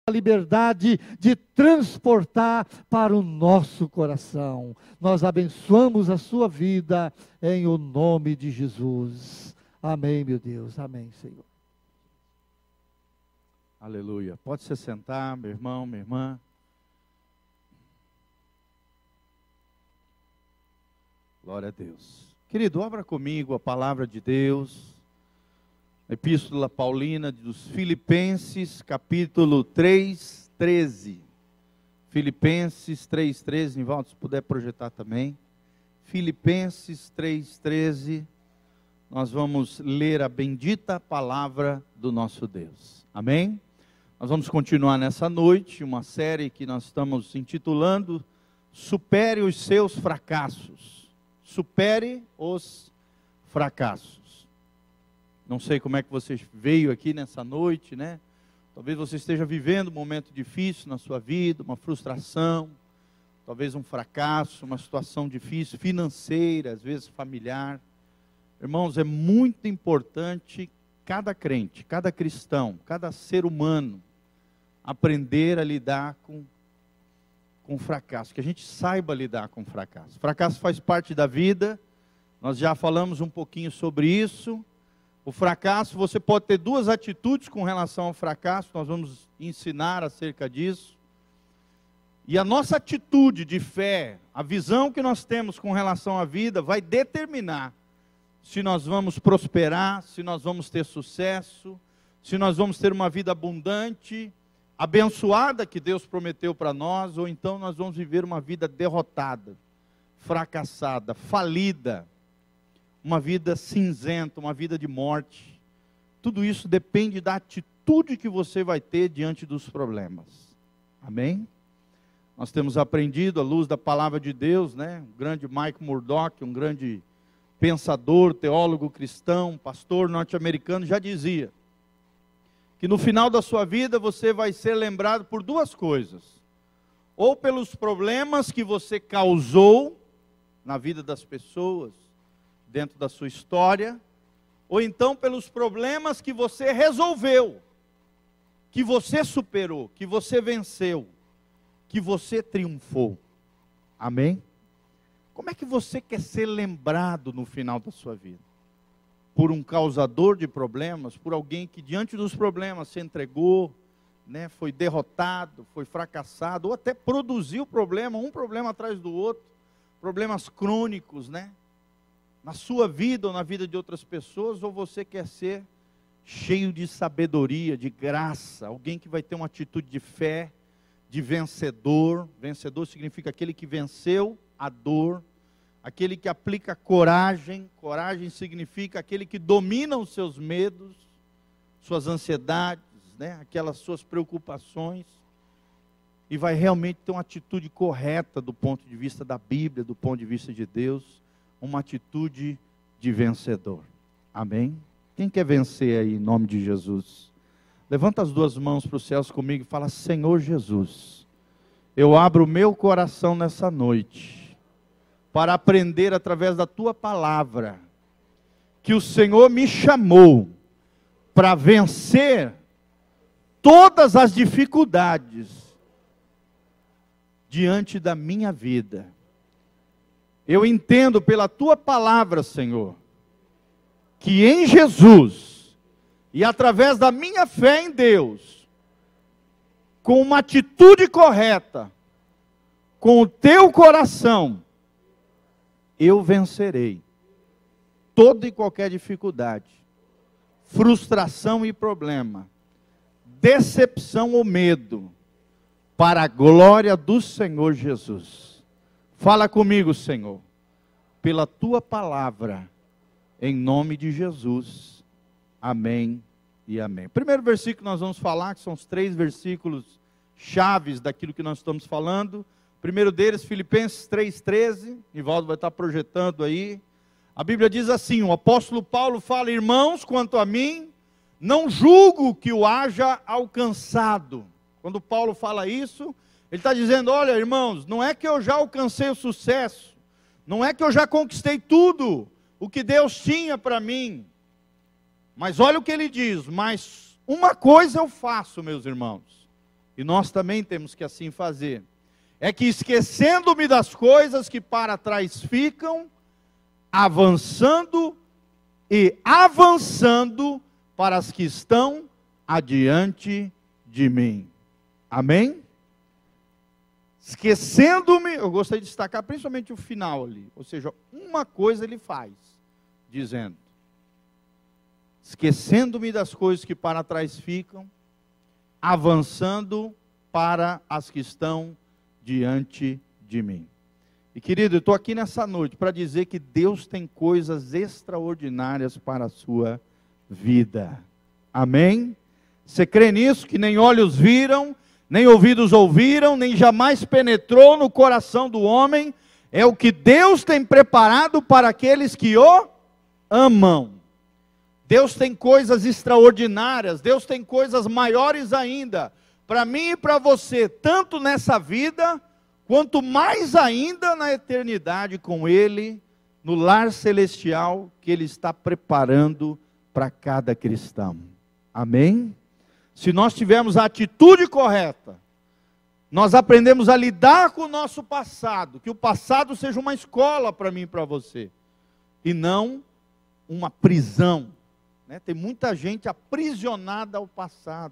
liberdade de transportar para o nosso coração. Nós abençoamos a sua vida em o nome de Jesus. Amém, meu Deus. Amém, Senhor. Aleluia. Pode se sentar, meu irmão, minha irmã. Glória a Deus. Querido, abra comigo a palavra de Deus. A Epístola Paulina dos Filipenses, capítulo 3, 13. Filipenses 3, 13. Nivaldo, se puder projetar também. Filipenses 3, 13. Nós vamos ler a bendita palavra do nosso Deus. Amém? Nós vamos continuar nessa noite uma série que nós estamos intitulando Supere os seus fracassos. Supere os fracassos. Não sei como é que você veio aqui nessa noite, né? Talvez você esteja vivendo um momento difícil na sua vida, uma frustração, talvez um fracasso, uma situação difícil, financeira, às vezes familiar. Irmãos, é muito importante cada crente, cada cristão, cada ser humano aprender a lidar com fracasso, que a gente saiba lidar com fracasso. Fracasso faz parte da vida, nós já falamos um pouquinho sobre isso. O fracasso, você pode ter duas atitudes com relação ao fracasso, nós vamos ensinar acerca disso. E a nossa atitude de fé, a visão que nós temos com relação à vida, vai determinar se nós vamos prosperar, se nós vamos ter sucesso, se nós vamos ter uma vida abundante, abençoada que Deus prometeu para nós, ou então nós vamos viver uma vida derrotada, fracassada, falida, uma vida cinzenta, uma vida de morte. Tudo isso depende da atitude que você vai ter diante dos problemas. Amém? Nós temos aprendido à luz da palavra de Deus, né? O grande Mike Murdock, um grande pensador, teólogo cristão, pastor norte-americano, já dizia que no final da sua vida você vai ser lembrado por duas coisas: ou pelos problemas que você causou na vida das pessoas, dentro da sua história, ou então pelos problemas que você resolveu, que você superou, que você venceu, que você triunfou. Amém? Como é que você quer ser lembrado no final da sua vida? Por um causador de problemas, por alguém que diante dos problemas se entregou, né, foi derrotado, foi fracassado, ou até produziu problema, um problema atrás do outro, problemas crônicos, né? Na sua vida ou na vida de outras pessoas, ou você quer ser cheio de sabedoria, de graça, alguém que vai ter uma atitude de fé, de vencedor. Vencedor significa aquele que venceu a dor, aquele que aplica coragem. Coragem significa aquele que domina os seus medos, suas ansiedades, né? Aquelas suas preocupações, e vai realmente ter uma atitude correta do ponto de vista da Bíblia, do ponto de vista de Deus, uma atitude de vencedor. Amém? Quem quer vencer aí em nome de Jesus? Levanta as duas mãos para os céus comigo e fala: Senhor Jesus, eu abro o meu coração nessa noite para aprender através da tua palavra que o Senhor me chamou para vencer todas as dificuldades diante da minha vida. Eu entendo pela tua palavra, Senhor, que em Jesus e através da minha fé em Deus, com uma atitude correta, com o teu coração, eu vencerei toda e qualquer dificuldade, frustração e problema, decepção ou medo, para a glória do Senhor Jesus. Fala comigo, Senhor, pela tua palavra, em nome de Jesus. Amém e amém. O primeiro versículo que nós vamos falar, que são os 3 versículos chaves daquilo que nós estamos falando. O primeiro deles, Filipenses 3,13. Nivaldo vai estar projetando aí. A Bíblia diz assim, o apóstolo Paulo fala: irmãos, quanto a mim, não julgo que o haja alcançado. Quando Paulo fala isso, ele está dizendo: olha, irmãos, não é que eu já alcancei o sucesso, não é que eu já conquistei tudo o que Deus tinha para mim, mas olha o que ele diz: mas uma coisa eu faço, meus irmãos, e nós também temos que assim fazer, é que esquecendo-me das coisas que para trás ficam, avançando para as que estão adiante de mim. Amém? Esquecendo-me, eu gostaria de destacar principalmente o final ali, ou seja, uma coisa ele faz, dizendo, esquecendo-me das coisas que para trás ficam, avançando para as que estão diante de mim. E querido, eu estou aqui nessa noite para dizer que Deus tem coisas extraordinárias para a sua vida. Amém? Você crê nisso? Que nem olhos viram, nem ouvidos ouviram, nem jamais penetrou no coração do homem, é o que Deus tem preparado para aqueles que o amam. Deus tem coisas extraordinárias, Deus tem coisas maiores ainda, para mim e para você, tanto nessa vida, quanto mais ainda na eternidade com Ele, no lar celestial que Ele está preparando para cada cristão. Amém? Se nós tivermos a atitude correta, nós aprendemos a lidar com o nosso passado, que o passado seja uma escola para mim e para você, e não uma prisão. Tem muita gente aprisionada ao passado,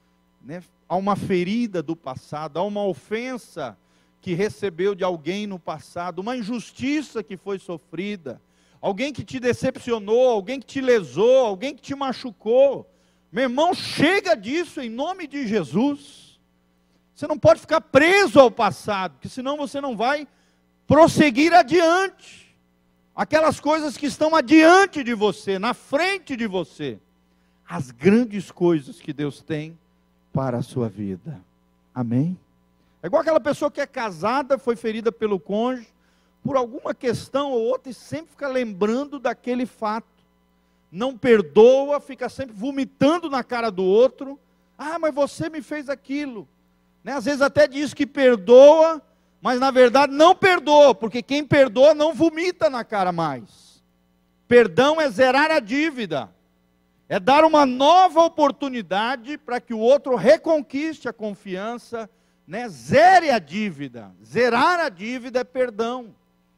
há uma ferida do passado, há uma ofensa que recebeu de alguém no passado, uma injustiça que foi sofrida, alguém que te decepcionou, alguém que te lesou, alguém que te machucou. Meu irmão, chega disso em nome de Jesus. Você não pode ficar preso ao passado, porque senão você não vai prosseguir adiante. Aquelas coisas que estão adiante de você, na frente de você, as grandes coisas que Deus tem para a sua vida. Amém? É igual aquela pessoa que é casada, foi ferida pelo cônjuge, por alguma questão ou outra, e sempre fica lembrando daquele fato. Não perdoa, fica sempre vomitando na cara do outro. Ah, mas você me fez aquilo. Às vezes até diz que perdoa, mas na verdade não perdoa, porque quem perdoa não vomita na cara mais. Perdão é zerar a dívida, é dar uma nova oportunidade para que o outro reconquiste a confiança, zere a dívida. Zerar a dívida é perdão,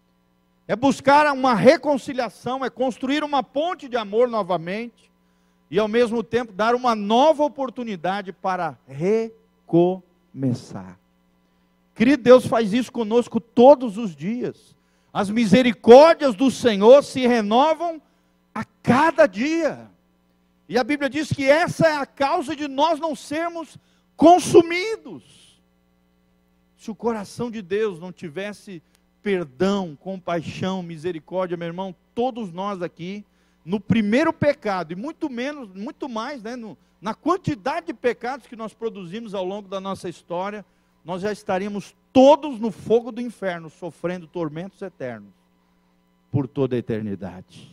é buscar uma reconciliação, é construir uma ponte de amor novamente, e ao mesmo tempo dar uma nova oportunidade para recomeçar. Querido, Deus faz isso conosco todos os dias. As misericórdias do Senhor se renovam a cada dia. E a Bíblia diz que essa é a causa de nós não sermos consumidos. Se o coração de Deus não tivesse perdão, compaixão, misericórdia, meu irmão, todos nós aqui, no primeiro pecado, e muito mais, na quantidade de pecados que nós produzimos ao longo da nossa história, nós já estaríamos todos no fogo do inferno, sofrendo tormentos eternos, por toda a eternidade.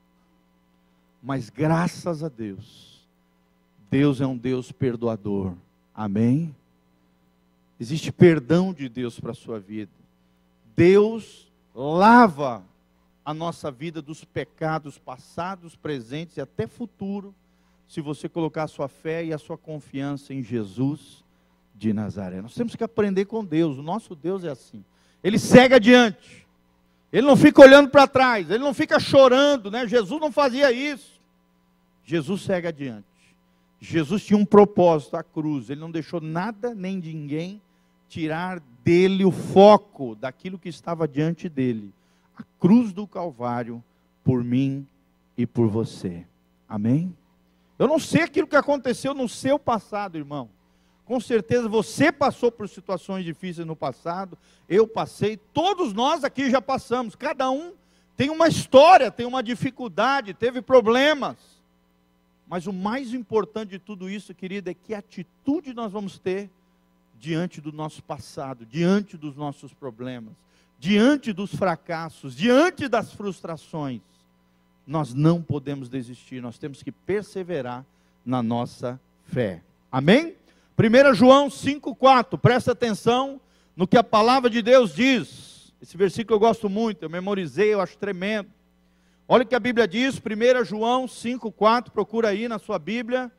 Mas graças a Deus, Deus é um Deus perdoador. Amém? Existe perdão de Deus para a sua vida. Deus lava a nossa vida dos pecados passados, presentes e até futuro, se você colocar a sua fé e a sua confiança em Jesus de Nazaré. Nós temos que aprender com Deus. O nosso Deus é assim. Ele segue adiante. Ele não fica olhando para trás. Ele não fica chorando, Jesus não fazia isso. Jesus segue adiante. Jesus tinha um propósito, a cruz. Ele não deixou nada nem ninguém tirar dele o foco daquilo que estava diante dele. A cruz do Calvário por mim e por você. Amém? Eu não sei aquilo que aconteceu no seu passado, irmão. Com certeza você passou por situações difíceis no passado, eu passei, todos nós aqui já passamos. Cada um tem uma história, tem uma dificuldade, teve problemas. Mas o mais importante de tudo isso, querido, é que atitude nós vamos ter diante do nosso passado, diante dos nossos problemas, diante dos fracassos, diante das frustrações. Nós não podemos desistir, nós temos que perseverar na nossa fé. Amém? 1 João 5,4, presta atenção no que a palavra de Deus diz. Esse versículo eu gosto muito, eu memorizei, eu acho tremendo. Olha o que a Bíblia diz, 1 João 5,4, procura aí na sua Bíblia.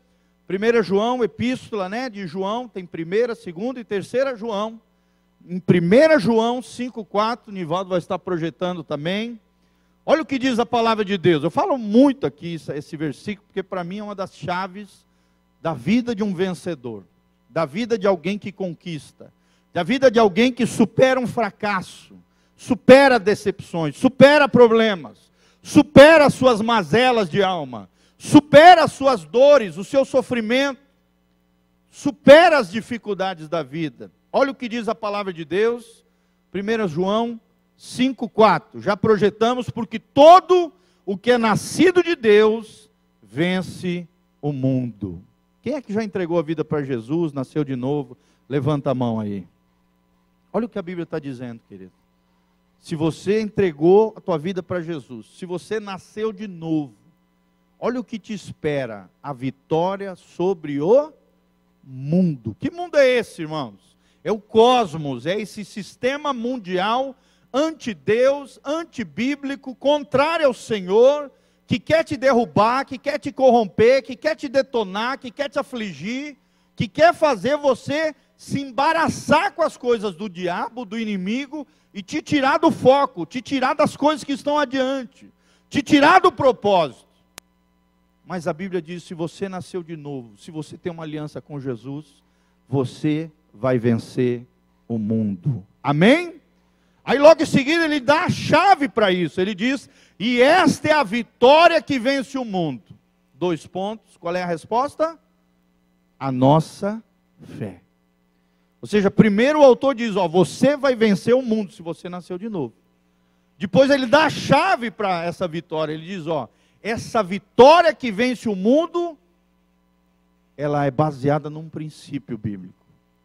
1 João, epístola, né, de João, tem 1ª, 2ª e 3ª João. Em 1 João 5,4, Nivaldo vai estar projetando também. Olha o que diz a palavra de Deus. Eu falo muito aqui esse versículo, porque para mim é uma das chaves da vida de um vencedor, da vida de alguém que conquista, da vida de alguém que supera um fracasso, supera decepções, supera problemas, supera as suas mazelas de alma, supera as suas dores, o seu sofrimento, supera as dificuldades da vida. Olha o que diz a palavra de Deus, 1 João 5,4. Já projetamos, porque todo o que é nascido de Deus vence o mundo. Quem é que já entregou a vida para Jesus, nasceu de novo? Levanta a mão aí. Olha o que a Bíblia está dizendo, querido. Se você entregou a tua vida para Jesus, se você nasceu de novo, olha o que te espera, a vitória sobre o mundo. Que mundo é esse, irmãos? É o cosmos, é esse sistema mundial anti-Deus, antibíblico, contrário ao Senhor, que quer te derrubar, que quer te corromper, que quer te detonar, que quer te afligir, que quer fazer você se embaraçar com as coisas do diabo, do inimigo, e te tirar do foco, te tirar das coisas que estão adiante, te tirar do propósito. Mas a Bíblia diz, se você nasceu de novo, se você tem uma aliança com Jesus, você vai vencer o mundo. Amém? Aí logo em seguida ele dá a chave para isso, ele diz, e esta é a vitória que vence o mundo. 2 pontos, qual é a resposta? A nossa fé. Ou seja, primeiro o autor diz, ó, você vai vencer o mundo se você nasceu de novo. Depois ele dá a chave para essa vitória, ele diz, ó, essa vitória que vence o mundo, ela é baseada num princípio bíblico,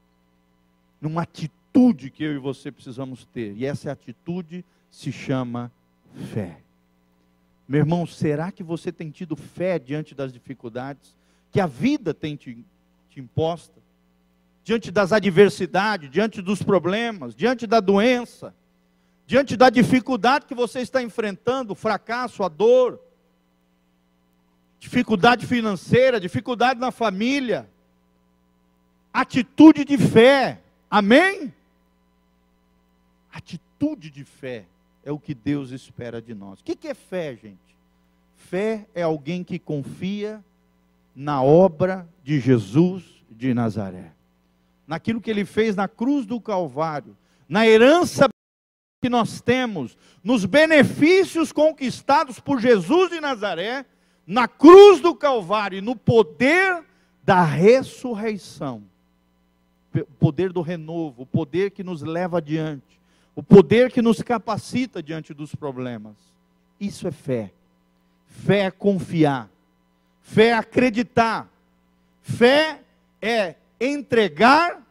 numa atitude que eu e você precisamos ter, e essa atitude se chama fé. Meu irmão, será que você tem tido fé diante das dificuldades que a vida tem te imposta? Diante das adversidades, diante dos problemas, diante da doença, diante da dificuldade que você está enfrentando, o fracasso, a dor, dificuldade financeira, dificuldade na família, atitude de fé, amém? Atitude de fé é o que Deus espera de nós. O que é fé, gente? Fé é alguém que confia na obra de Jesus de Nazaré, naquilo que ele fez na cruz do Calvário, na herança que nós temos, nos benefícios conquistados por Jesus de Nazaré, na cruz do Calvário, e no poder da ressurreição, o poder do renovo, o poder que nos leva adiante, o poder que nos capacita diante dos problemas. Isso é fé. Fé é confiar, fé é acreditar, fé é entregar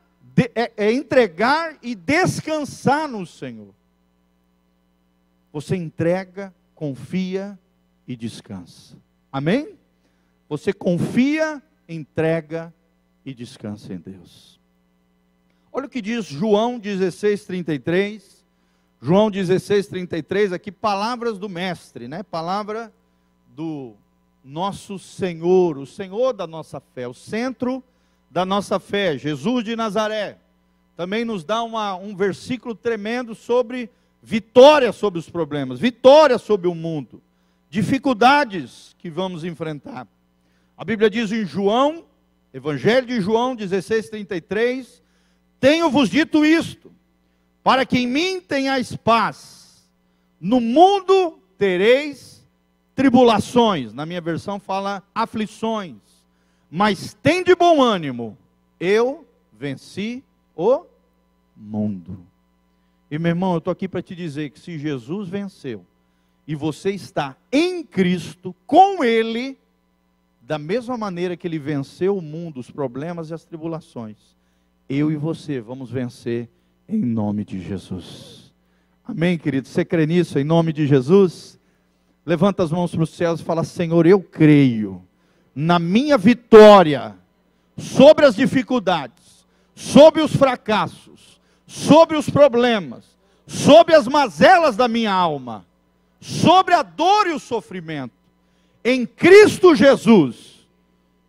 e descansar no Senhor. Você entrega, confia e descansa. Amém? Você confia, entrega e descansa em Deus. Olha o que diz João 16:33. João 16:33, aqui palavras do mestre, né? Palavra do nosso Senhor, o Senhor da nossa fé, o centro da nossa fé, Jesus de Nazaré. Também nos dá um versículo tremendo sobre vitória sobre os problemas, vitória sobre o mundo, dificuldades que vamos enfrentar. A Bíblia diz em João, Evangelho de João 16:33, tenho-vos dito isto, para que em mim tenhais paz. No mundo tereis tribulações. Na minha versão fala aflições. Mas tem de bom ânimo, eu venci o mundo. E meu irmão, eu estou aqui para te dizer que se Jesus venceu, e você está em Cristo, com Ele, da mesma maneira que Ele venceu o mundo, os problemas e as tribulações, eu e você vamos vencer em nome de Jesus. Amém, querido? Você crê nisso, em nome de Jesus? Levanta as mãos para os céus e fala, Senhor, eu creio na minha vitória sobre as dificuldades, sobre os fracassos, sobre os problemas, sobre as mazelas da minha alma, sobre a dor e o sofrimento. Em Cristo Jesus,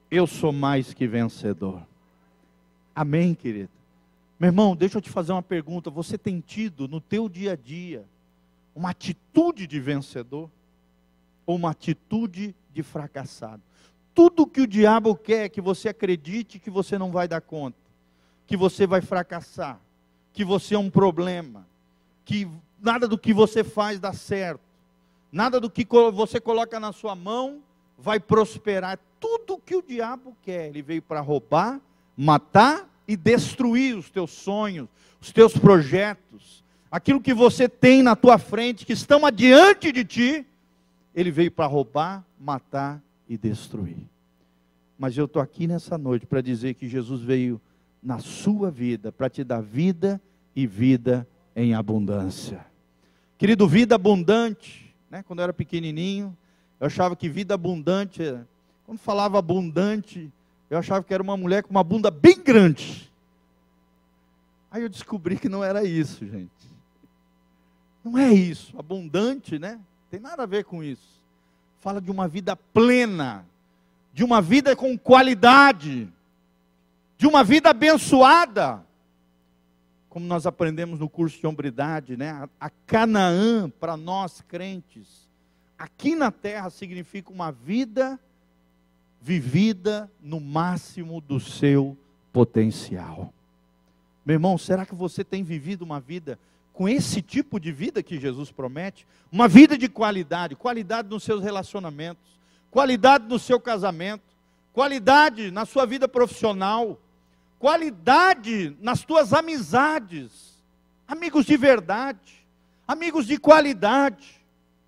eu sou mais que vencedor. Amém, querido? Meu irmão, deixa eu te fazer uma pergunta. Você tem tido no teu dia a dia uma atitude de vencedor? Ou uma atitude de fracassado? Tudo que o diabo quer é que você acredite que você não vai dar conta, que você vai fracassar, que você é um problema, que nada do que você faz dá certo, nada do que você coloca na sua mão vai prosperar. Tudo que o diabo quer, ele veio para roubar, matar e destruir os teus sonhos, os teus projetos, aquilo que você tem na tua frente, que estão adiante de ti, ele veio para roubar, matar e destruir. Mas eu estou aqui nessa noite para dizer que Jesus veio na sua vida, para te dar vida e vida em abundância. Querido, vida abundante, né? Quando eu era pequenininho, eu achava que vida abundante, quando falava abundante, eu achava que era uma mulher com uma bunda bem grande. Aí eu descobri que não era isso, gente. Não é isso, abundante, né? Tem nada a ver com isso. Fala de uma vida plena, de uma vida com qualidade, de uma vida abençoada. Como nós aprendemos no curso de hombridade, né? A Canaã, para nós crentes, aqui na terra significa uma vida vivida no máximo do seu potencial. Meu irmão, será que você tem vivido uma vida com esse tipo de vida que Jesus promete? Uma vida de qualidade, qualidade nos seus relacionamentos, qualidade no seu casamento, qualidade na sua vida profissional, qualidade nas tuas amizades, amigos de verdade, amigos de qualidade,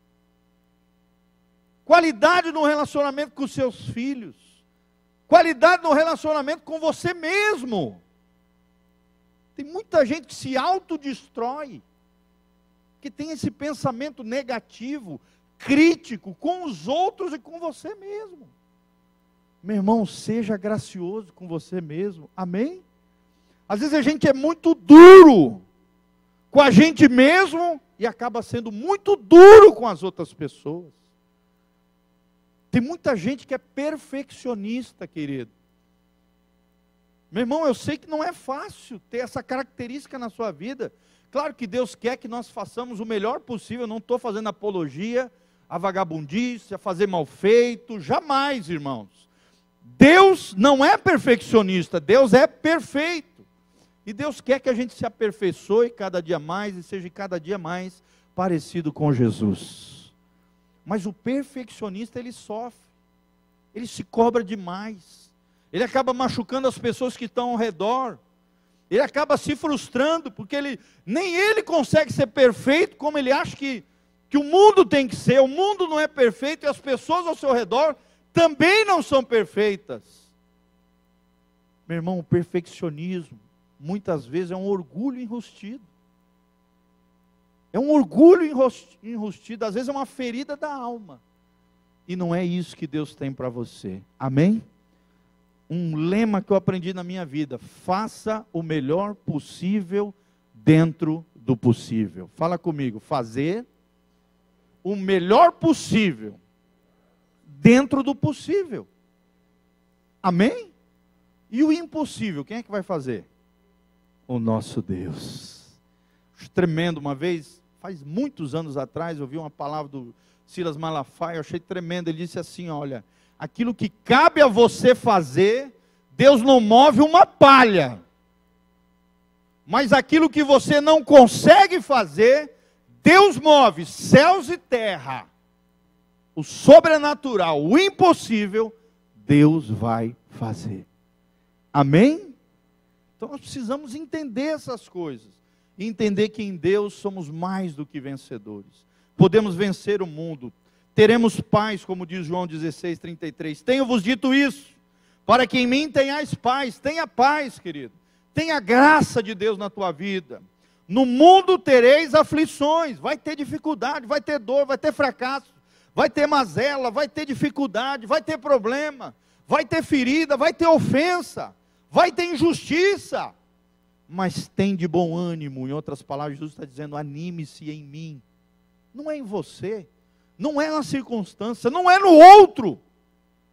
qualidade no relacionamento com os seus filhos, qualidade no relacionamento com você mesmo. Tem muita gente que se autodestrói, que tem esse pensamento negativo, crítico com os outros e com você mesmo. Meu irmão, seja gracioso com você mesmo, amém? Às vezes a gente é muito duro com a gente mesmo e acaba sendo muito duro com as outras pessoas. Tem muita gente que é perfeccionista, querido. Meu irmão, eu sei que não é fácil ter essa característica na sua vida. Claro que Deus quer que nós façamos o melhor possível. Eu não estou fazendo apologia a vagabundícia, a fazer mal feito, jamais, irmãos. Deus não é perfeccionista, Deus é perfeito. E Deus quer que a gente se aperfeiçoe cada dia mais e seja cada dia mais parecido com Jesus. Mas o perfeccionista, ele sofre, ele se cobra demais, ele acaba machucando as pessoas que estão ao redor, ele acaba se frustrando, porque nem ele consegue ser perfeito como ele acha que o mundo tem que ser. O mundo não é perfeito e as pessoas ao seu redor também não são perfeitas. Meu irmão, o perfeccionismo muitas vezes é um orgulho enrustido. É um orgulho enrustido, às vezes é uma ferida da alma. E não é isso que Deus tem para você. Amém? Um lema que eu aprendi na minha vida: faça o melhor possível dentro do possível. Fala comigo, fazer o melhor possível dentro do possível. Amém? E o impossível, quem é que vai fazer? O nosso Deus. Tremendo, uma vez, faz muitos anos atrás, eu vi uma palavra do Silas Malafaia, eu achei tremendo. Ele disse assim: olha, aquilo que cabe a você fazer, Deus não move uma palha, mas aquilo que você não consegue fazer, Deus move céus e terra. O sobrenatural, o impossível, Deus vai fazer. Amém? Então nós precisamos entender essas coisas. E entender que em Deus somos mais do que vencedores. Podemos vencer o mundo. Teremos paz, como diz João 16:33. Tenho-vos dito isso, para que em mim tenhais paz. Tenha paz, querido. Tenha graça de Deus na tua vida. No mundo tereis aflições. Vai ter dificuldade, vai ter dor, vai ter fracasso, vai ter mazela, vai ter dificuldade, vai ter problema, vai ter ferida, vai ter ofensa, vai ter injustiça. Mas tem de bom ânimo. Em outras palavras, Jesus está dizendo: anime-se em mim. Não é em você, não é na circunstância, não é no outro.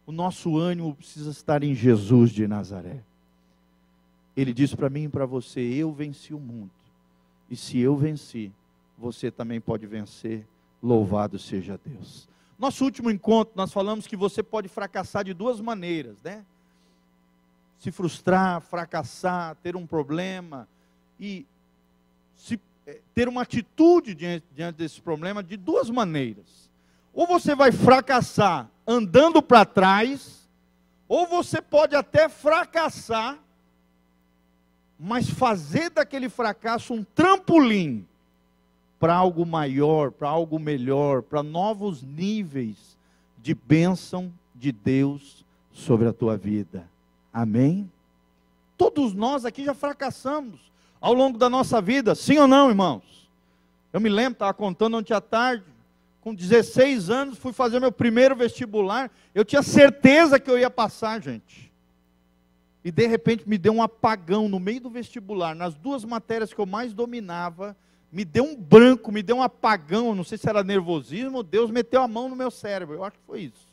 o nosso ânimo precisa estar em Jesus de Nazaré. Ele disse para mim e para você: eu venci o mundo. E se eu venci, você também pode vencer. Louvado seja Deus. Nosso último encontro, nós falamos que você pode fracassar de duas maneiras, né? Se frustrar, fracassar, ter um problema e ter uma atitude diante desse problema de duas maneiras. Ou você vai fracassar andando para trás, ou você pode até fracassar, mas fazer daquele fracasso um trampolim para algo maior, para algo melhor, para novos níveis de bênção de Deus sobre a tua vida. Amém? Todos nós aqui já fracassamos ao longo da nossa vida, sim ou não, irmãos? Eu me lembro, estava contando ontem à tarde, com 16 anos, fui fazer meu primeiro vestibular, eu tinha certeza que eu ia passar, gente. E de repente me deu um apagão no meio do vestibular, nas duas matérias que eu mais dominava, me deu um branco, me deu um apagão, não sei se era nervosismo, ou Deus meteu a mão no meu cérebro, eu acho que foi isso.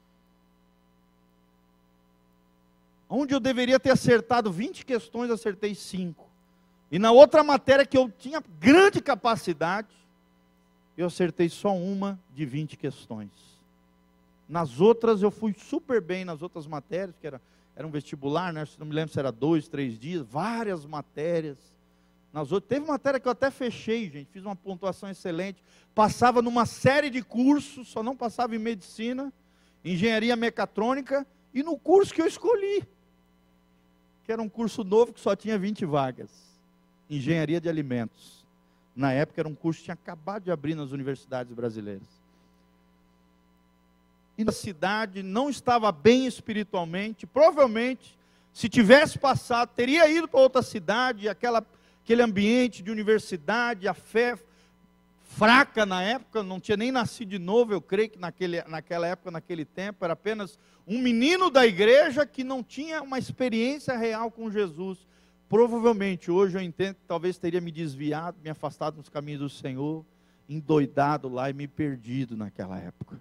Onde eu deveria ter acertado 20 questões, acertei 5. E na outra matéria que eu tinha grande capacidade, eu acertei só uma de 20 questões. Nas outras eu fui super bem, nas outras matérias, que era um vestibular, né? Não me lembro se era 2, 3 dias, várias matérias. Nas outras, teve matéria que eu até fechei, gente, fiz uma pontuação excelente, passava numa série de cursos, só não passava em medicina, engenharia mecatrônica, e no curso que eu escolhi, que era um curso novo que só tinha 20 vagas, engenharia de alimentos. Na época era um curso que tinha acabado de abrir nas universidades brasileiras. E na cidade não estava bem espiritualmente, provavelmente, se tivesse passado, teria ido para outra cidade, aquele ambiente de universidade, a fé fraca na época, não tinha nem nascido de novo, eu creio que naquela época, naquele tempo, era apenas um menino da igreja que não tinha uma experiência real com Jesus. Provavelmente, hoje eu entendo que talvez teria me desviado, me afastado dos caminhos do Senhor, endoidado lá e me perdido naquela época.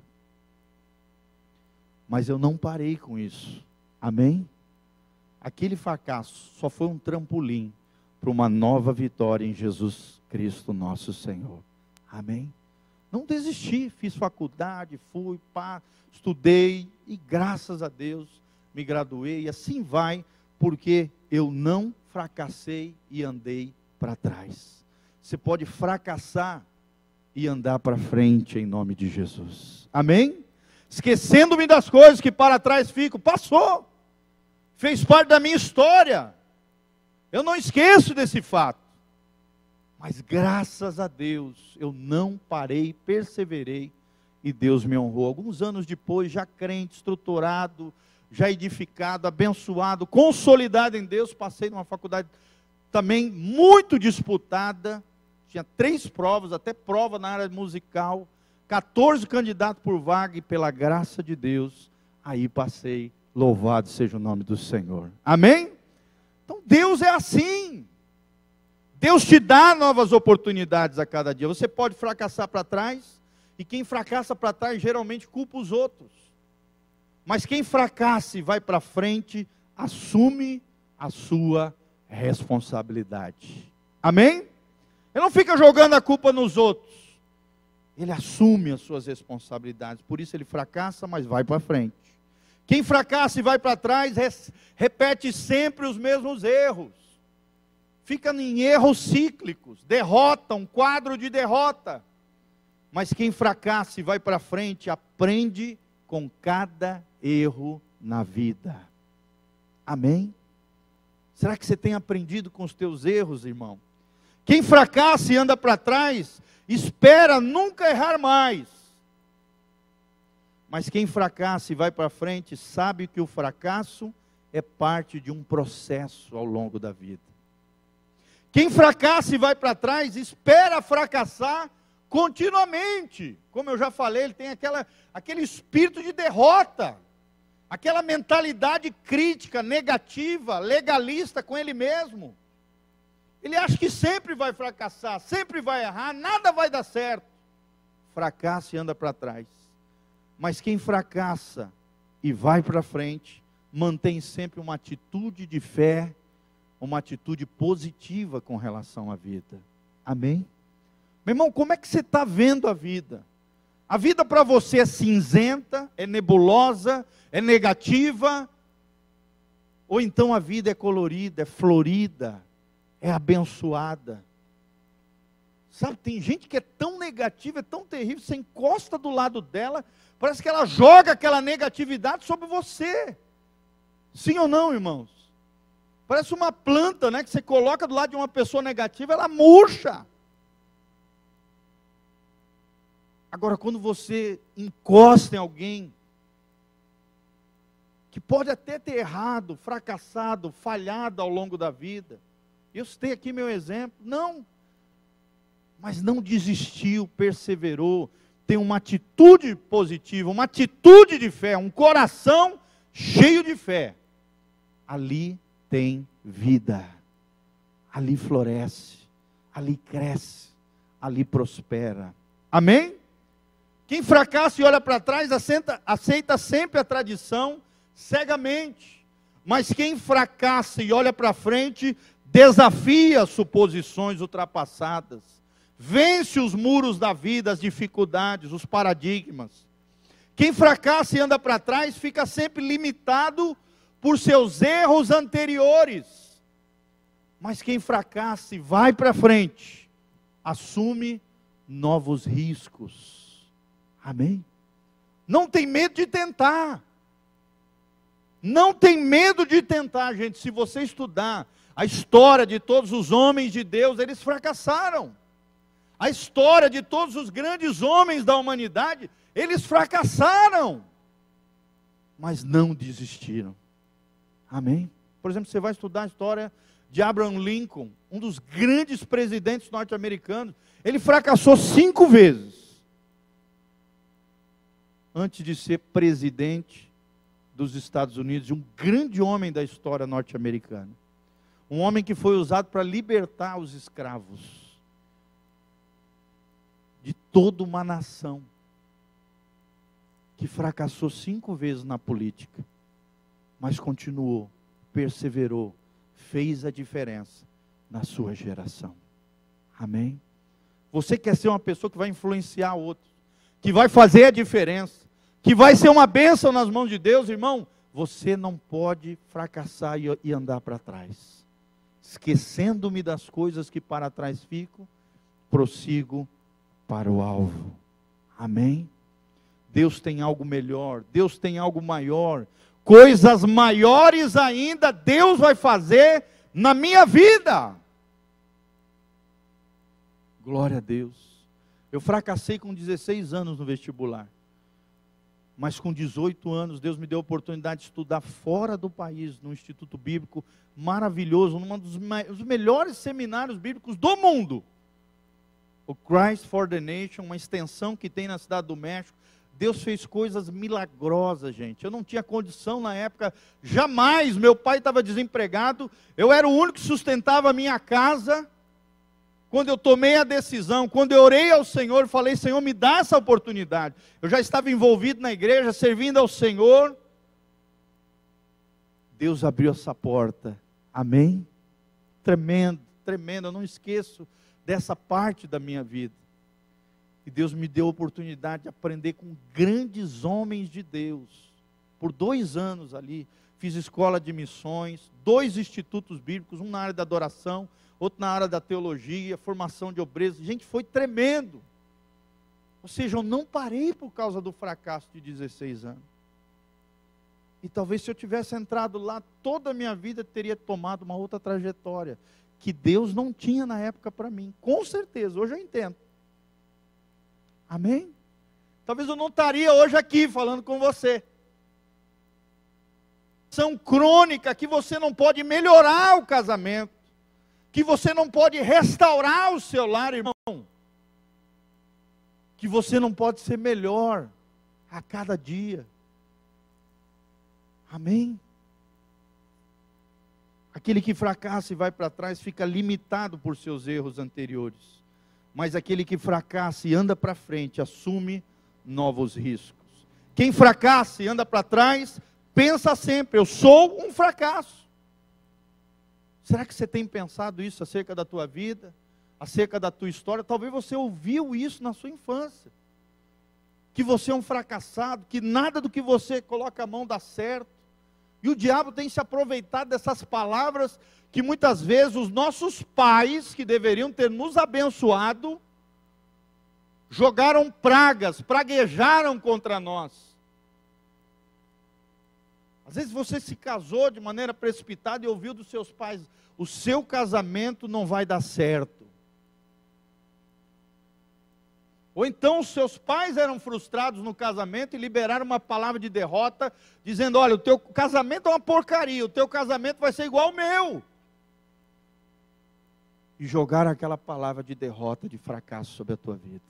Mas eu não parei com isso, amém? Aquele fracasso só foi um trampolim para uma nova vitória em Jesus Cristo nosso Senhor, amém? Não desisti, fiz faculdade, estudei, e graças a Deus me graduei, e assim vai, porque eu não fracassei e andei para trás. Você pode fracassar e andar para frente em nome de Jesus, amém? Esquecendo-me das coisas que para trás ficam, passou, fez parte da minha história, eu não esqueço desse fato, mas graças a Deus, eu não parei, perseverei, e Deus me honrou. Alguns anos depois, já crente, estruturado, já edificado, abençoado, consolidado em Deus, passei numa faculdade também muito disputada, tinha 3 provas, até prova na área musical, 14 candidatos por vaga, e pela graça de Deus, aí passei, louvado seja o nome do Senhor, amém? Então Deus é assim, Deus te dá novas oportunidades a cada dia. Você pode fracassar para trás, e quem fracassa para trás geralmente culpa os outros, mas quem fracassa e vai para frente, assume a sua responsabilidade, amém? Ele não fica jogando a culpa nos outros, ele assume as suas responsabilidades, por isso ele fracassa, mas vai para frente. Quem fracassa e vai para trás, repete sempre os mesmos erros, fica em erros cíclicos, derrota, um quadro de derrota. Mas quem fracassa e vai para frente, aprende com cada erro na vida, amém? Será que você tem aprendido com os teus erros, irmão? Quem fracassa e anda para trás, espera nunca errar mais. Mas quem fracassa e vai para frente, sabe que o fracasso é parte de um processo ao longo da vida. Quem fracassa e vai para trás, espera fracassar continuamente. Como eu já falei, ele tem aquele espírito de derrota, aquela mentalidade crítica, negativa, legalista com ele mesmo. Ele acha que sempre vai fracassar, sempre vai errar, nada vai dar certo. Fracassa e anda para trás. Mas quem fracassa e vai para frente, mantém sempre uma atitude de fé, uma atitude positiva com relação à vida. Amém? Meu irmão, como é que você está vendo a vida? A vida para você é cinzenta, é nebulosa, é negativa? Ou então a vida é colorida, é florida, é abençoada? Sabe, tem gente que é tão negativa, é tão terrível, você encosta do lado dela, parece que ela joga aquela negatividade sobre você. Sim ou não, irmãos? Parece uma planta, né, que você coloca do lado de uma pessoa negativa, ela murcha. Agora, quando você encosta em alguém, que pode até ter errado, fracassado, falhado ao longo da vida, eu citei aqui meu exemplo, mas não desistiu, perseverou, tem uma atitude positiva, uma atitude de fé, um coração cheio de fé, ali tem vida, ali floresce, ali cresce, ali prospera. Amém? Quem fracassa e olha para trás, aceita sempre a tradição cegamente. Mas quem fracassa e olha para frente, desafia suposições ultrapassadas. Vence os muros da vida, as dificuldades, os paradigmas. Quem fracassa e anda para trás, fica sempre limitado por seus erros anteriores. Mas quem fracassa e vai para frente, assume novos riscos. Amém? Não tem medo de tentar. Não tem medo de tentar, gente. Se você estudar a história de todos os homens de Deus, eles fracassaram. A história de todos os grandes homens da humanidade, eles fracassaram. Mas não desistiram. Amém? Por exemplo, você vai estudar a história de Abraham Lincoln, um dos grandes presidentes norte-americanos. Ele fracassou 5 vezes antes de ser presidente dos Estados Unidos, um grande homem da história norte-americana. Um homem que foi usado para libertar os escravos de toda uma nação, que fracassou 5 vezes na política, mas continuou, perseverou, fez a diferença na sua geração. Amém? Você quer ser uma pessoa que vai influenciar outros, que vai fazer a diferença, que vai ser uma bênção nas mãos de Deus, irmão, você não pode fracassar e andar para trás. Esquecendo-me das coisas que para trás fico, prossigo para o alvo. Amém? Deus tem algo melhor, Deus tem algo maior, coisas maiores ainda Deus vai fazer na minha vida. Glória a Deus. Eu fracassei com 16 anos no vestibular, mas com 18 anos Deus me deu a oportunidade de estudar fora do país, num instituto bíblico maravilhoso, num dos melhores seminários bíblicos do mundo, o Christ for the Nation, uma extensão que tem na cidade do México. Deus fez coisas milagrosas, gente. Eu não tinha condição na época, jamais. Meu pai estava desempregado, eu era o único que sustentava a minha casa. Quando eu tomei a decisão, quando eu orei ao Senhor, falei: Senhor, me dá essa oportunidade. Eu já estava envolvido na igreja, servindo ao Senhor. Deus abriu essa porta. Amém? Tremendo, tremendo. Eu não esqueço dessa parte da minha vida. E Deus me deu a oportunidade de aprender com grandes homens de Deus. Por 2 anos ali, fiz escola de missões, 2 institutos bíblicos, um na área da adoração, outro na área da teologia, formação de obreiros. Gente, foi tremendo. Ou seja, eu não parei por causa do fracasso de 16 anos. E talvez se eu tivesse entrado lá, toda a minha vida teria tomado uma outra trajetória, que Deus não tinha na época para mim. Com certeza, hoje eu entendo. Amém? Talvez eu não estaria hoje aqui falando com você. São crônica que você não pode melhorar o casamento, que você não pode restaurar o seu lar, irmão, que você não pode ser melhor a cada dia. Amém? Aquele que fracassa e vai para trás fica limitado por seus erros anteriores. Mas aquele que fracassa e anda para frente, assume novos riscos. Quem fracassa e anda para trás, pensa sempre, eu sou um fracasso. Será que você tem pensado isso acerca da tua vida? Acerca da tua história? Talvez você ouviu isso na sua infância. Que você é um fracassado, que nada do que você coloca a mão dá certo. E o diabo tem se aproveitado dessas palavras que muitas vezes os nossos pais, que deveriam ter nos abençoado, jogaram pragas, praguejaram contra nós. Às vezes você se casou de maneira precipitada e ouviu dos seus pais, o seu casamento não vai dar certo. Ou então os seus pais eram frustrados no casamento e liberaram uma palavra de derrota, dizendo, olha, o teu casamento é uma porcaria, o teu casamento vai ser igual ao meu. E jogaram aquela palavra de derrota, de fracasso sobre a tua vida.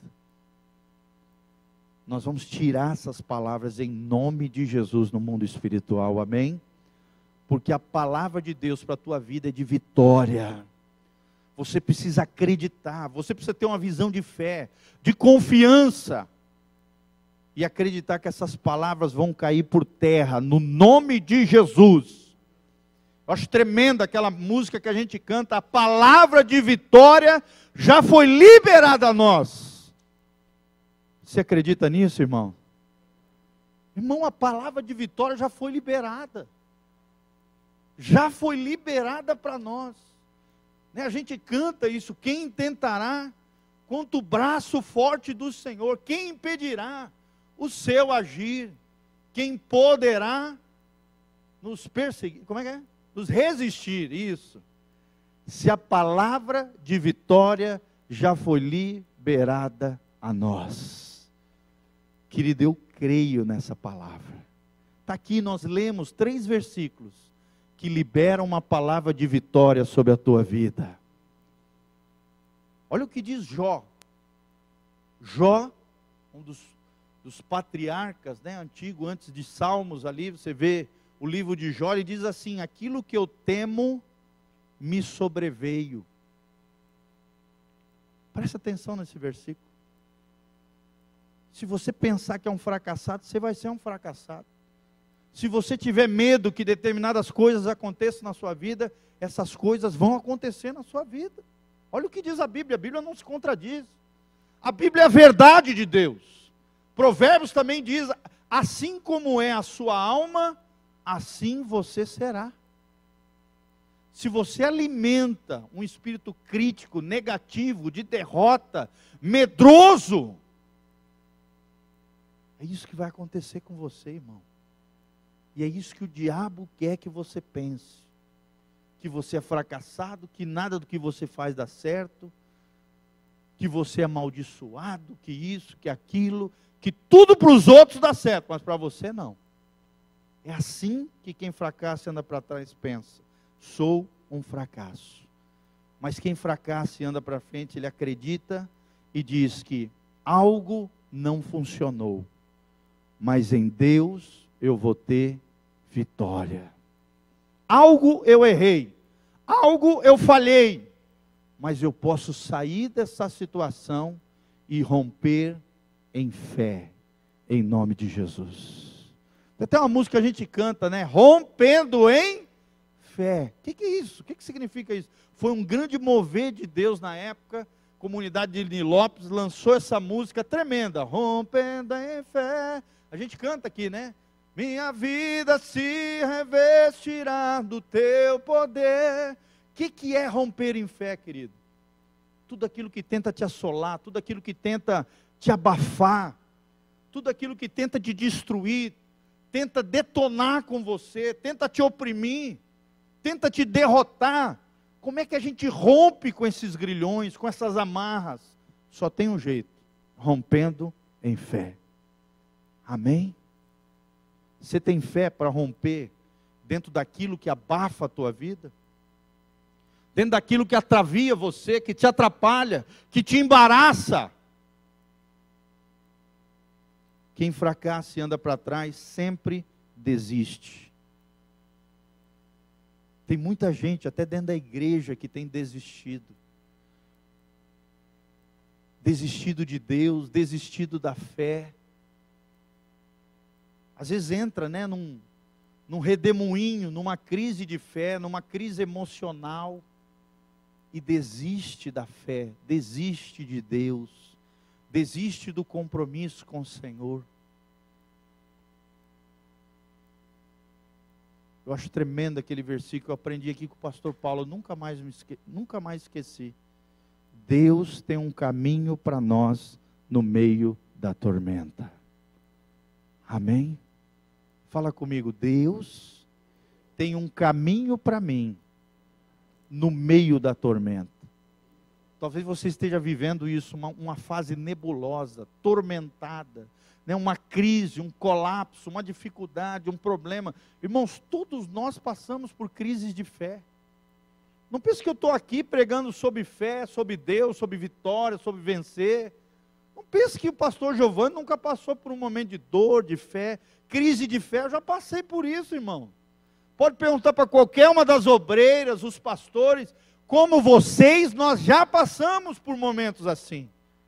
Nós vamos tirar essas palavras em nome de Jesus no mundo espiritual, amém? Porque a palavra de Deus para a tua vida é de vitória. Você precisa acreditar, você precisa ter uma visão de fé, de confiança, e acreditar que essas palavras vão cair por terra, no nome de Jesus. Eu acho tremenda aquela música que a gente canta, a palavra de vitória já foi liberada a nós. Você acredita nisso, irmão? Irmão, a palavra de vitória já foi liberada. Já foi liberada para nós. A gente canta isso, quem tentará contra o braço forte do Senhor? Quem impedirá o seu agir? Quem poderá nos perseguir? Como é que é? Nos resistir, isso. Se a palavra de vitória já foi liberada a nós. Querido, eu creio nessa palavra. Está aqui, nós lemos 3 versículos que liberam uma palavra de vitória sobre a tua vida. Olha o que diz Jó. Jó, um dos patriarcas, antigo, antes de Salmos ali, você vê o livro de Jó, ele diz assim, aquilo que eu temo me sobreveio. Presta atenção nesse versículo. Se você pensar que é um fracassado, você vai ser um fracassado. Se você tiver medo que determinadas coisas aconteçam na sua vida, essas coisas vão acontecer na sua vida. Olha o que diz a Bíblia não se contradiz. A Bíblia é a verdade de Deus. Provérbios também diz, assim como é a sua alma, assim você será. Se você alimenta um espírito crítico, negativo, de derrota, medroso, é isso que vai acontecer com você, irmão. E é isso que o diabo quer que você pense. Que você é fracassado, que nada do que você faz dá certo, que você é amaldiçoado, que isso, que aquilo, que tudo para os outros dá certo, mas para você não. É assim que quem fracassa e anda para trás pensa, sou um fracasso. Mas quem fracassa e anda para frente, ele acredita e diz que algo não funcionou, mas em Deus eu vou ter vitória. Algo eu errei, algo eu falhei, mas eu posso sair dessa situação e romper em fé, em nome de Jesus. Tem até uma música que a gente canta, rompendo em fé. O que é isso? O que significa isso? Foi um grande mover de Deus na época. A comunidade de Nilópolis lançou essa música tremenda, rompendo em fé. A gente canta aqui, Minha vida se revestirá do teu poder. O que é romper em fé, querido? Tudo aquilo que tenta te assolar, tudo aquilo que tenta te abafar, tudo aquilo que tenta te destruir, tenta detonar com você, tenta te oprimir, tenta te derrotar. Como é que a gente rompe com esses grilhões, com essas amarras? Só tem um jeito, rompendo em fé. Amém? Você tem fé para romper dentro daquilo que abafa a tua vida? Dentro daquilo que atravia você, que te atrapalha, que te embaraça? Quem fracassa e anda para trás sempre desiste. Tem muita gente, até dentro da igreja, que tem desistido. Desistido de Deus, desistido da fé. às vezes entra, né, num redemoinho, numa crise de fé, numa crise emocional, e desiste da fé, desiste de Deus, desiste do compromisso com o Senhor. Eu acho tremendo aquele versículo que eu aprendi aqui com o pastor Paulo, nunca mais esqueci. Deus tem um caminho para nós no meio da tormenta. Amém? Fala comigo, Deus tem um caminho para mim no meio da tormenta. Talvez você esteja vivendo isso, uma fase nebulosa, tormentada, né? Uma crise, um colapso, uma dificuldade, um problema. Irmãos, todos nós passamos por crises de fé. Não pense que eu estou aqui pregando sobre fé, sobre Deus, sobre vitória, sobre vencer. Não pense que o pastor Giovanni nunca passou por um momento de dor, de fé, crise de fé. Eu já passei por isso, irmão. Pode perguntar para qualquer uma das obreiras, os pastores, como vocês, nós já passamos por momentos assim.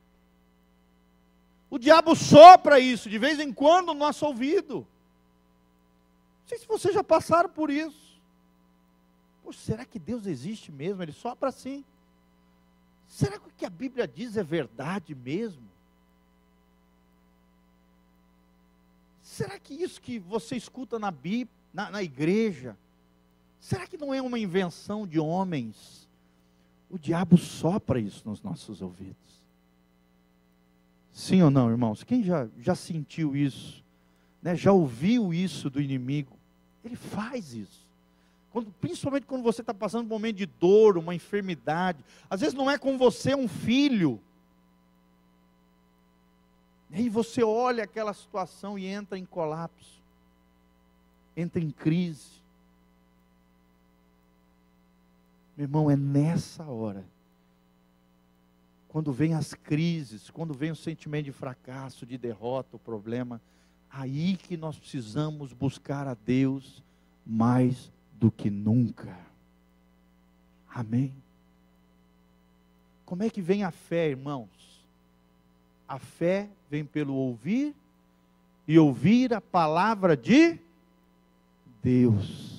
O diabo sopra isso de vez em quando no nosso ouvido. Não sei se vocês já passaram por isso. Poxa, será que Deus existe mesmo? Ele sopra assim. Será que o que a Bíblia diz é verdade mesmo? Será que isso que você escuta na Bíblia, na igreja, será que não é uma invenção de homens? O diabo sopra isso nos nossos ouvidos. Sim ou não, irmãos? Quem já sentiu isso? Né? Já ouviu isso do inimigo? Ele faz isso. Principalmente quando você está passando por um momento de dor, uma enfermidade. Às vezes não é com você, é um filho. E aí você olha aquela situação e entra em colapso. Entra em crise. Meu irmão, é nessa hora, quando vem as crises, quando vem o sentimento de fracasso, de derrota, o problema, aí que nós precisamos buscar a Deus mais do que nunca. Amém? Como é que vem a fé, irmãos? A fé vem pelo ouvir, e ouvir a palavra de Deus.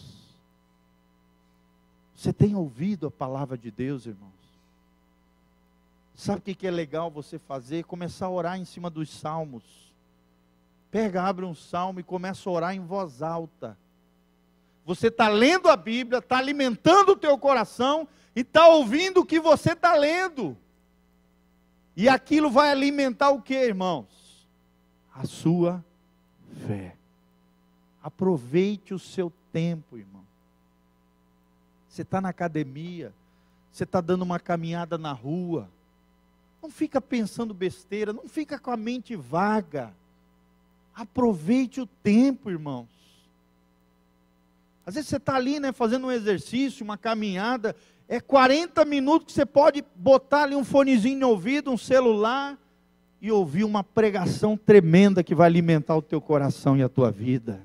Você tem ouvido a palavra de Deus, irmãos? Sabe o que é legal você fazer? Começar a orar em cima dos salmos. Abre um salmo e começa a orar em voz alta. Você está lendo a Bíblia, está alimentando o teu coração e está ouvindo o que você está lendo. E aquilo vai alimentar o que, irmãos? A sua fé. Aproveite o seu tempo, irmão. Você está na academia, você está dando uma caminhada na rua. Não fica pensando besteira, não fica com a mente vaga. Aproveite o tempo, irmãos. Às vezes você está ali, né, fazendo um exercício, uma caminhada, é 40 minutos que você pode botar ali um fonezinho no ouvido, um celular, e ouvir uma pregação tremenda que vai alimentar o teu coração e a tua vida.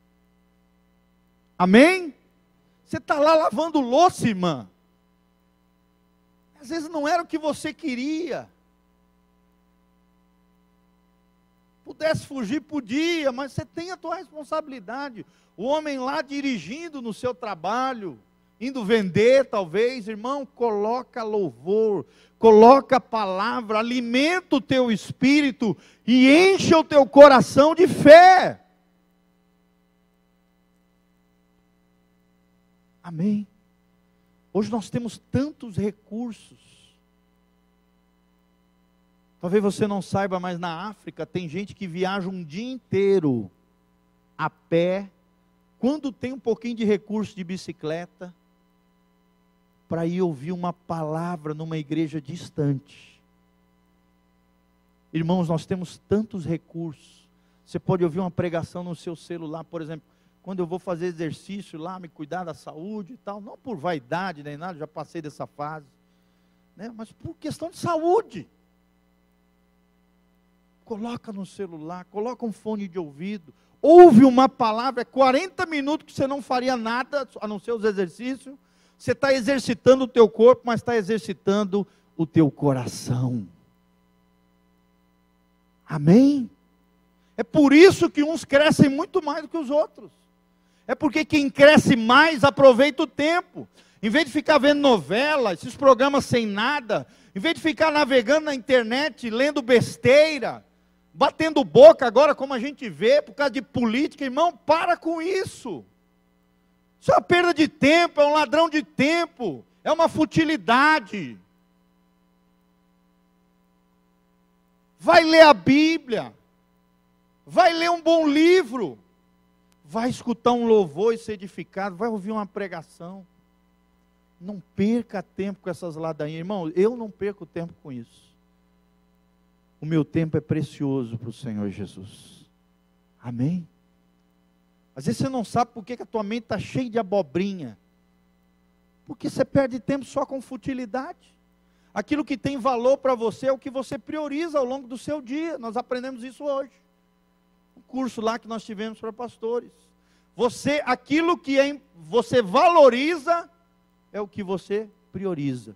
Amém? Você está lá lavando louça, irmã. Às vezes não era o que você queria. Pudesse fugir, podia, mas você tem a tua responsabilidade. O homem lá dirigindo no seu trabalho, indo vender talvez, irmão, coloca louvor, coloca a palavra, alimenta o teu espírito e enche o teu coração de fé. Amém? Hoje nós temos tantos recursos. Talvez você não saiba, mas na África tem gente que viaja um dia inteiro a pé, quando tem um pouquinho de recurso de bicicleta, para ir ouvir uma palavra numa igreja distante. Irmãos, nós temos tantos recursos. Você pode ouvir uma pregação no seu celular, por exemplo, quando eu vou fazer exercício lá, me cuidar da saúde e tal, não por vaidade nem nada, já passei dessa fase, né? Mas por questão de saúde. Coloca no celular, coloca um fone de ouvido, ouve uma palavra, é 40 minutos que você não faria nada, a não ser os exercícios, você está exercitando o teu corpo, mas está exercitando o teu coração. Amém? É por isso que uns crescem muito mais do que os outros. É porque quem cresce mais aproveita o tempo. Em vez de ficar vendo novela, esses programas sem nada, em vez de ficar navegando na internet, lendo besteira, batendo boca agora, como a gente vê, por causa de política, irmão, para com isso. Isso é uma perda de tempo, é um ladrão de tempo, é uma futilidade. Vai ler a Bíblia, vai ler um bom livro, vai escutar um louvor e ser edificado, vai ouvir uma pregação. Não perca tempo com essas ladainhas, irmão. Eu não perco tempo com isso. O meu tempo é precioso para o Senhor Jesus. Amém? Às vezes você não sabe por que a tua mente está cheia de abobrinha. Porque você perde tempo só com futilidade. Aquilo que tem valor para você é o que você prioriza ao longo do seu dia. Nós aprendemos isso hoje. Um curso lá que nós tivemos para pastores. Aquilo que você valoriza é o que você prioriza.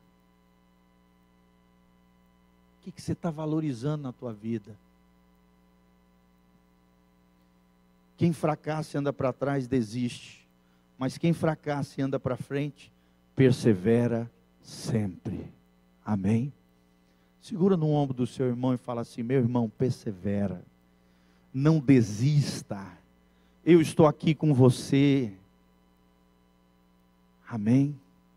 O que você está valorizando na tua vida? Quem fracassa e anda para trás, desiste. Mas quem fracassa e anda para frente, persevera sempre. Amém? Segura no ombro do seu irmão e fala assim: meu irmão, persevera. Não desista. Eu estou aqui com você. Amém?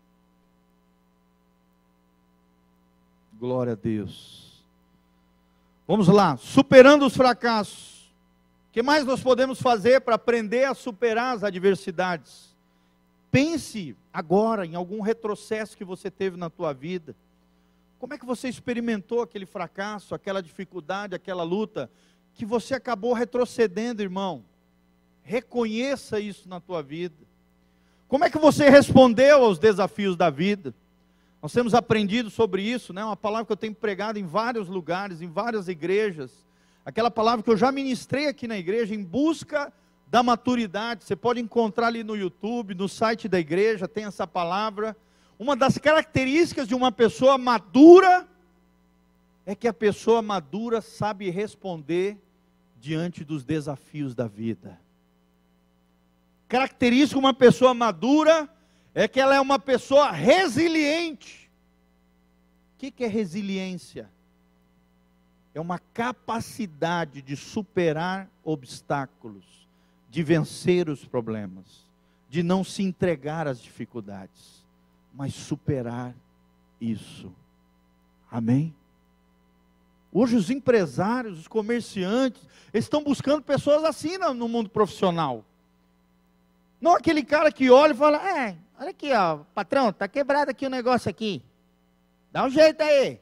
Glória a Deus. Vamos lá, superando os fracassos. O que mais nós podemos fazer para aprender a superar as adversidades? Pense agora em algum retrocesso que você teve na tua vida. Como é que você experimentou aquele fracasso, aquela dificuldade, aquela luta, que você acabou retrocedendo, irmão? Reconheça isso na tua vida. Como é que você respondeu aos desafios da vida? Nós temos aprendido sobre isso, né? Uma palavra que eu tenho pregado em vários lugares, em várias igrejas. Aquela palavra que eu já ministrei aqui na igreja, em busca da maturidade. Você pode encontrar ali no YouTube, no site da igreja, tem essa palavra. Uma das características de uma pessoa madura é que a pessoa madura sabe responder diante dos desafios da vida. Característica de uma pessoa madura é que ela é uma pessoa resiliente. O que é resiliência? É uma capacidade de superar obstáculos, de vencer os problemas, de não se entregar às dificuldades, mas superar isso. Amém? Hoje os empresários, os comerciantes, eles estão buscando pessoas assim no mundo profissional. Não aquele cara que olha e fala: olha aqui, ó, patrão, está quebrado aqui o negócio aqui. Dá um jeito aí.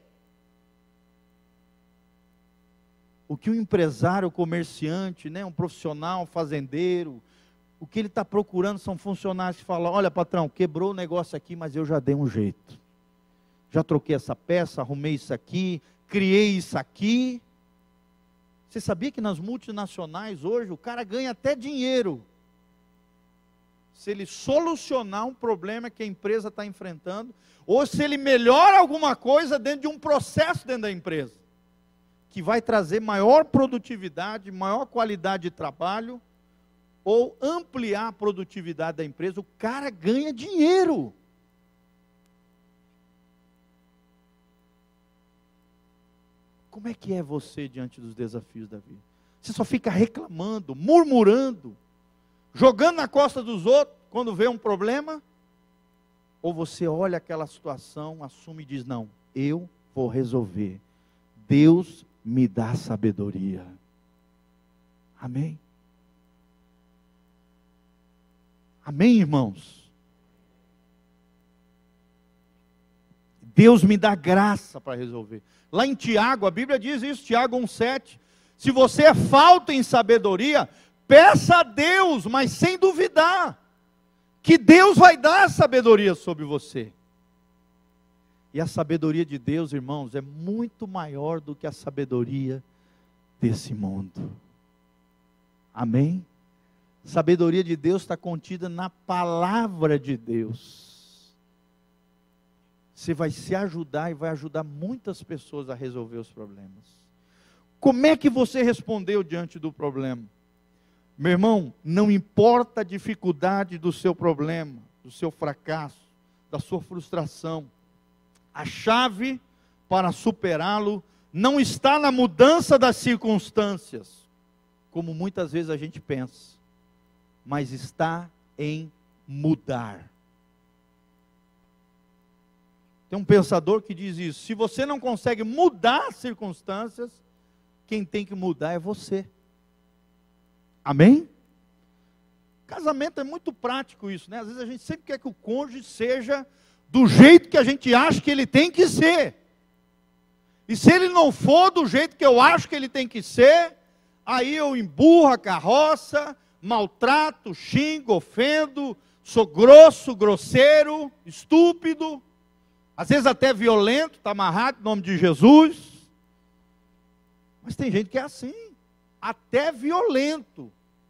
O que o empresário, o comerciante, né, um profissional, um fazendeiro, o que ele está procurando são funcionários que falam: olha, patrão, quebrou o negócio aqui, mas eu já dei um jeito. Já troquei essa peça, arrumei isso aqui, criei isso aqui. Você sabia que nas multinacionais hoje o cara ganha até dinheiro se ele solucionar um problema que a empresa está enfrentando, ou se ele melhora alguma coisa dentro de um processo dentro da empresa, que vai trazer maior produtividade, maior qualidade de trabalho, ou ampliar a produtividade da empresa. O cara ganha dinheiro. Como é que é você diante dos desafios da vida? Você só fica reclamando, murmurando, jogando na costa dos outros quando vê um problema? Ou você olha aquela situação, assume e diz: não, eu vou resolver. Deus me dá sabedoria. Amém? Amém, irmãos? Deus me dá graça para resolver. Lá em Tiago, a Bíblia diz isso, Tiago 1,7. Se você é falto em sabedoria, peça a Deus, mas sem duvidar, que Deus vai dar sabedoria sobre você. E a sabedoria de Deus, irmãos, é muito maior do que a sabedoria desse mundo. Amém? Sabedoria de Deus está contida na palavra de Deus. Você vai se ajudar e vai ajudar muitas pessoas a resolver os problemas. Como é que você respondeu diante do problema? Meu irmão, não importa a dificuldade do seu problema, do seu fracasso, da sua frustração, a chave para superá-lo não está na mudança das circunstâncias, como muitas vezes a gente pensa, mas está em mudar. Tem um pensador que diz isso: se você não consegue mudar as circunstâncias, quem tem que mudar é você. Amém? Casamento é muito prático isso, né? Às vezes a gente sempre quer que o cônjuge seja do jeito que a gente acha que ele tem que ser. E se ele não for do jeito que eu acho que ele tem que ser, aí eu emburro a carroça, maltrato, xingo, ofendo, sou grosso, grosseiro, estúpido, às vezes até violento, está amarrado em nome de Jesus. Mas tem gente que é assim, até violento.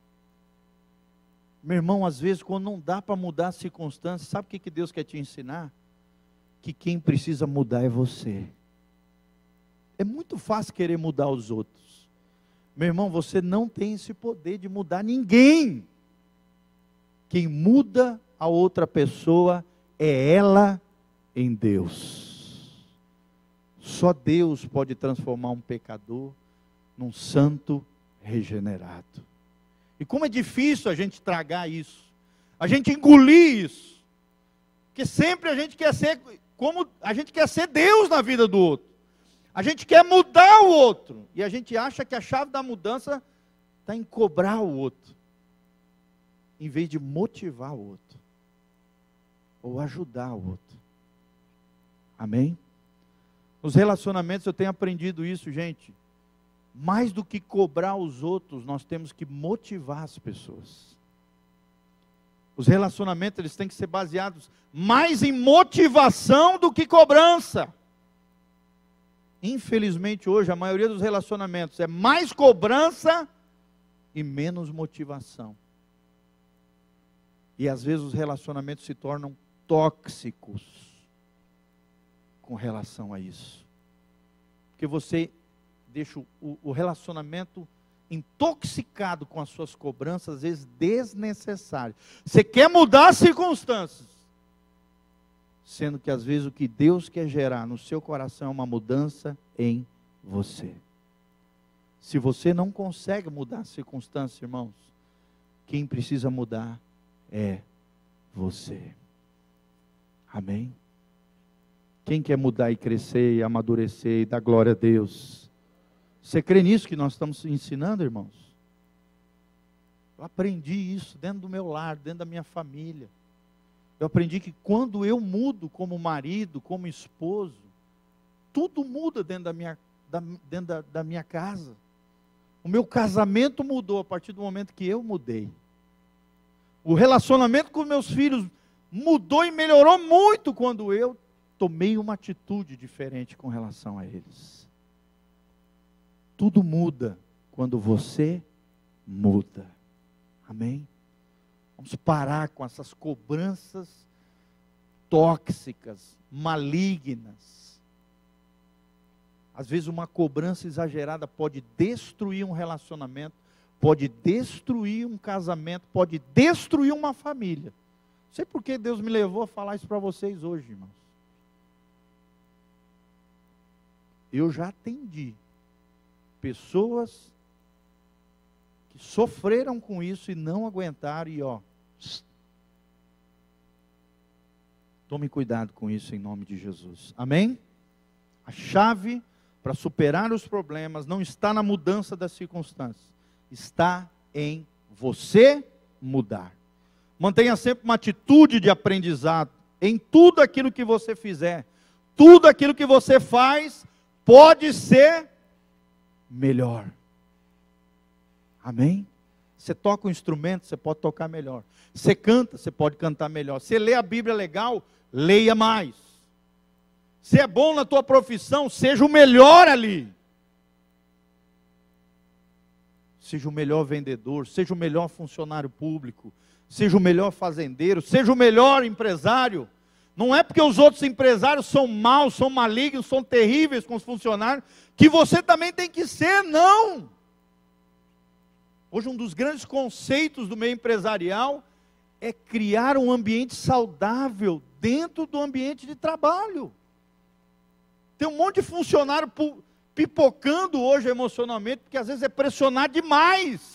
Meu irmão, às vezes quando não dá para mudar as circunstâncias, sabe o que Deus quer te ensinar? Que quem precisa mudar é você. É muito fácil querer mudar os outros. Meu irmão, você não tem esse poder de mudar ninguém. Quem muda a outra pessoa é ela em Deus. Só Deus pode transformar um pecador num santo regenerado. E como é difícil a gente tragar isso, a gente engolir isso, porque sempre a gente quer ser como a gente quer ser Deus na vida do outro. A gente quer mudar o outro, e a gente acha que a chave da mudança está em cobrar o outro, em vez de motivar o outro, ou ajudar o outro. Amém? Nos relacionamentos eu tenho aprendido isso, gente. Mais do que cobrar os outros, nós temos que motivar as pessoas. Os relacionamentos, eles têm que ser baseados mais em motivação do que cobrança. Infelizmente hoje, a maioria dos relacionamentos é mais cobrança e menos motivação. E às vezes os relacionamentos se tornam tóxicos com relação a isso. Porque você deixa o relacionamento intoxicado com as suas cobranças, às vezes desnecessárias. Você quer mudar as circunstâncias, sendo que às vezes o que Deus quer gerar no seu coração é uma mudança em você. Se você não consegue mudar as circunstâncias, irmãos, quem precisa mudar é você. Amém? Quem quer mudar e crescer e amadurecer e dar glória a Deus? Você crê nisso que nós estamos ensinando, irmãos? Eu aprendi isso dentro do meu lar, dentro da minha família. Eu aprendi que quando eu mudo como marido, como esposo, tudo muda dentro da minha casa. O meu casamento mudou a partir do momento que eu mudei. O relacionamento com meus filhos mudou e melhorou muito quando eu tomei uma atitude diferente com relação a eles. Tudo muda quando você muda. Amém? Vamos parar com essas cobranças tóxicas, malignas. Às vezes uma cobrança exagerada pode destruir um relacionamento, pode destruir um casamento, pode destruir uma família. Não sei por que Deus me levou a falar isso para vocês hoje, irmãos. Eu já atendi pessoas que sofreram com isso e não aguentaram e tome cuidado com isso em nome de Jesus. Amém? A chave para superar os problemas não está na mudança das circunstâncias, está em você mudar. Mantenha sempre uma atitude de aprendizado em tudo aquilo que você fizer. Tudo aquilo que você faz pode ser melhor. Amém? Você toca um instrumento, você pode tocar melhor. Você canta, você pode cantar melhor. Você lê a Bíblia legal, leia mais. Se é bom na tua profissão, seja o melhor ali. Seja o melhor vendedor, seja o melhor funcionário público, seja o melhor fazendeiro, seja o melhor empresário, Não é porque os outros empresários são maus, são malignos, são terríveis com os funcionários, que você também tem que ser, não. Hoje um dos grandes conceitos do meio empresarial é criar um ambiente saudável dentro do ambiente de trabalho. Tem um monte de funcionário pipocando hoje emocionalmente, porque às vezes é pressionado demais.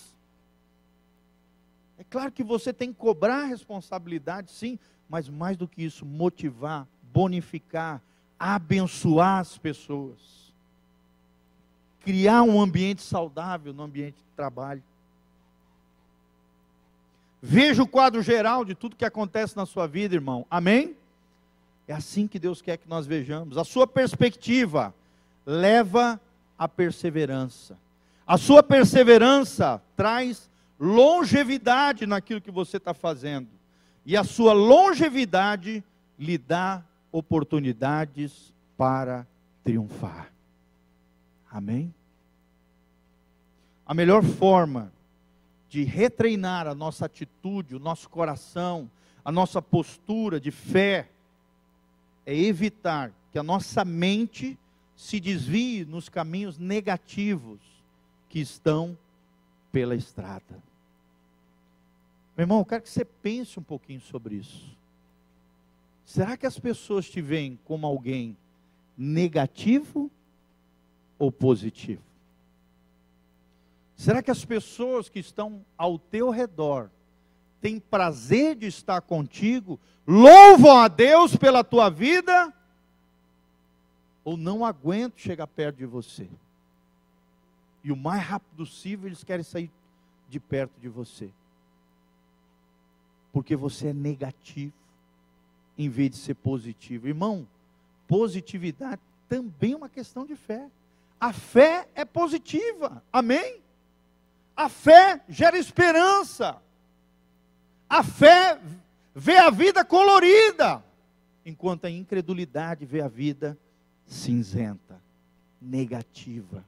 É claro que você tem que cobrar a responsabilidade, sim, mas mais do que isso, motivar, bonificar, abençoar as pessoas. Criar um ambiente saudável no ambiente de trabalho. Veja o quadro geral de tudo que acontece na sua vida, irmão. Amém? É assim que Deus quer que nós vejamos. A sua perspectiva leva à perseverança. A sua perseverança traz longevidade naquilo que você está fazendo. E a sua longevidade lhe dá oportunidades para triunfar. Amém? A melhor forma de retreinar a nossa atitude, o nosso coração, a nossa postura de fé, é evitar que a nossa mente se desvie nos caminhos negativos que estão pela estrada. Meu irmão, eu quero que você pense um pouquinho sobre isso. Será que as pessoas te veem como alguém negativo ou positivo? Será que as pessoas que estão ao teu redor têm prazer de estar contigo, louvam a Deus pela tua vida, ou não aguentam chegar perto de você? E o mais rápido possível eles querem sair de perto de você. Porque você é negativo, em vez de ser positivo. Irmão, positividade também é uma questão de fé. A fé é positiva, amém? A fé gera esperança. A fé vê a vida colorida, enquanto a incredulidade vê a vida cinzenta, negativa.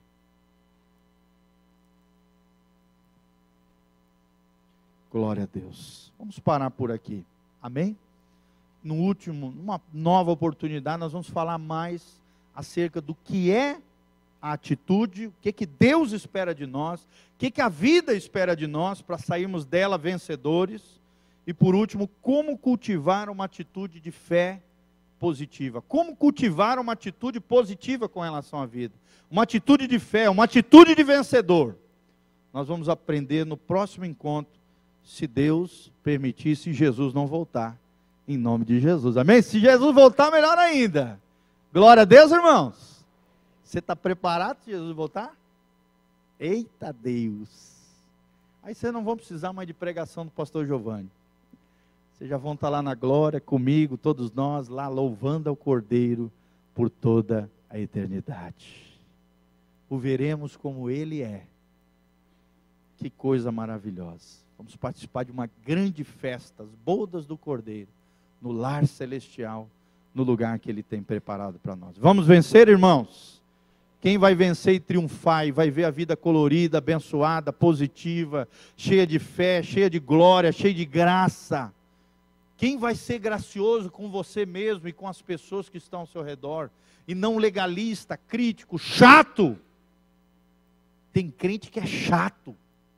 Glória a Deus. Vamos parar por aqui. Amém? Numa nova oportunidade, nós vamos falar mais acerca do que é a atitude, o que Deus espera de nós, o que a vida espera de nós para sairmos dela vencedores. E por último, como cultivar uma atitude de fé positiva. Como cultivar uma atitude positiva com relação à vida. Uma atitude de fé, uma atitude de vencedor. Nós vamos aprender no próximo encontro, se Deus permitir, se Jesus não voltar, em nome de Jesus, amém? Se Jesus voltar, melhor ainda. Glória a Deus, irmãos. Você está preparado se Jesus voltar? Eita Deus. Aí vocês não vão precisar mais de pregação do pastor Giovanni. Vocês já vão estar lá na glória comigo, todos nós, lá louvando ao Cordeiro por toda a eternidade. O veremos como Ele é. Que coisa maravilhosa. Vamos participar de uma grande festa, as bodas do Cordeiro, no lar celestial, no lugar que Ele tem preparado para nós. Vamos vencer, irmãos? Quem vai vencer e triunfar e vai ver a vida colorida, abençoada, positiva, cheia de fé, cheia de glória, cheia de graça? Quem vai ser gracioso com você mesmo e com as pessoas que estão ao seu redor? E não legalista, crítico, chato. Tem crente que é chato.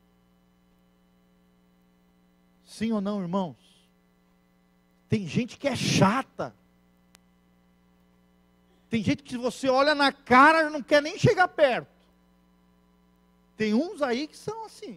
Sim ou não, irmãos? Tem gente que é chata. Tem gente que você olha na cara e não quer nem chegar perto. Tem uns aí que são assim.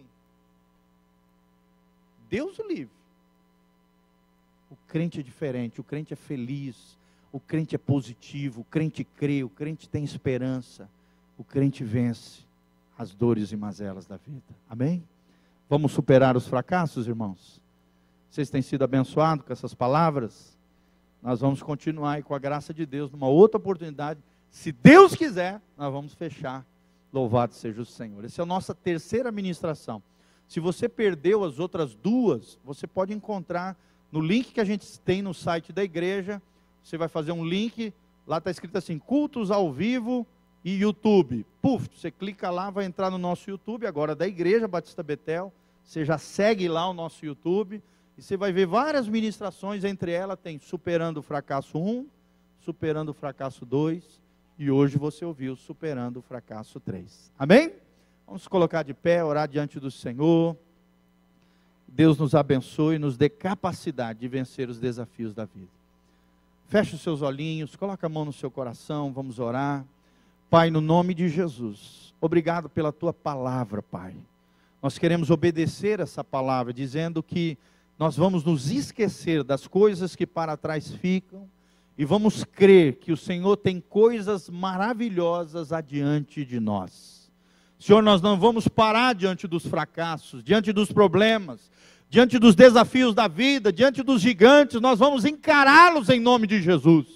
Deus o livre. O crente é diferente, o crente é feliz, o crente é positivo, o crente crê, o crente tem esperança, o crente vence as dores e mazelas da vida. Amém? Vamos superar os fracassos, irmãos? Vocês têm sido abençoados com essas palavras? Nós vamos continuar aí com a graça de Deus, numa outra oportunidade. Se Deus quiser, nós vamos fechar. Louvado seja o Senhor. Essa é a nossa terceira ministração. Se você perdeu as outras duas, você pode encontrar no link que a gente tem no site da igreja. Você vai fazer um link, lá está escrito assim, cultos ao vivo e YouTube. Puf, você clica lá, vai entrar no nosso YouTube, agora da Igreja Batista Betel. Você já segue lá o nosso YouTube. E você vai ver várias ministrações, entre elas tem Superando o Fracasso 1, Superando o Fracasso 2, e hoje você ouviu Superando o Fracasso 3. Amém? Vamos colocar de pé, orar diante do Senhor. Deus nos abençoe e nos dê capacidade de vencer os desafios da vida. Feche os seus olhinhos, coloque a mão no seu coração, vamos orar. Pai, no nome de Jesus, obrigado pela tua palavra, Pai. Nós queremos obedecer essa palavra, dizendo que nós vamos nos esquecer das coisas que para trás ficam e vamos crer que o Senhor tem coisas maravilhosas adiante de nós. Senhor, nós não vamos parar diante dos fracassos, diante dos problemas, diante dos desafios da vida, diante dos gigantes, nós vamos encará-los em nome de Jesus.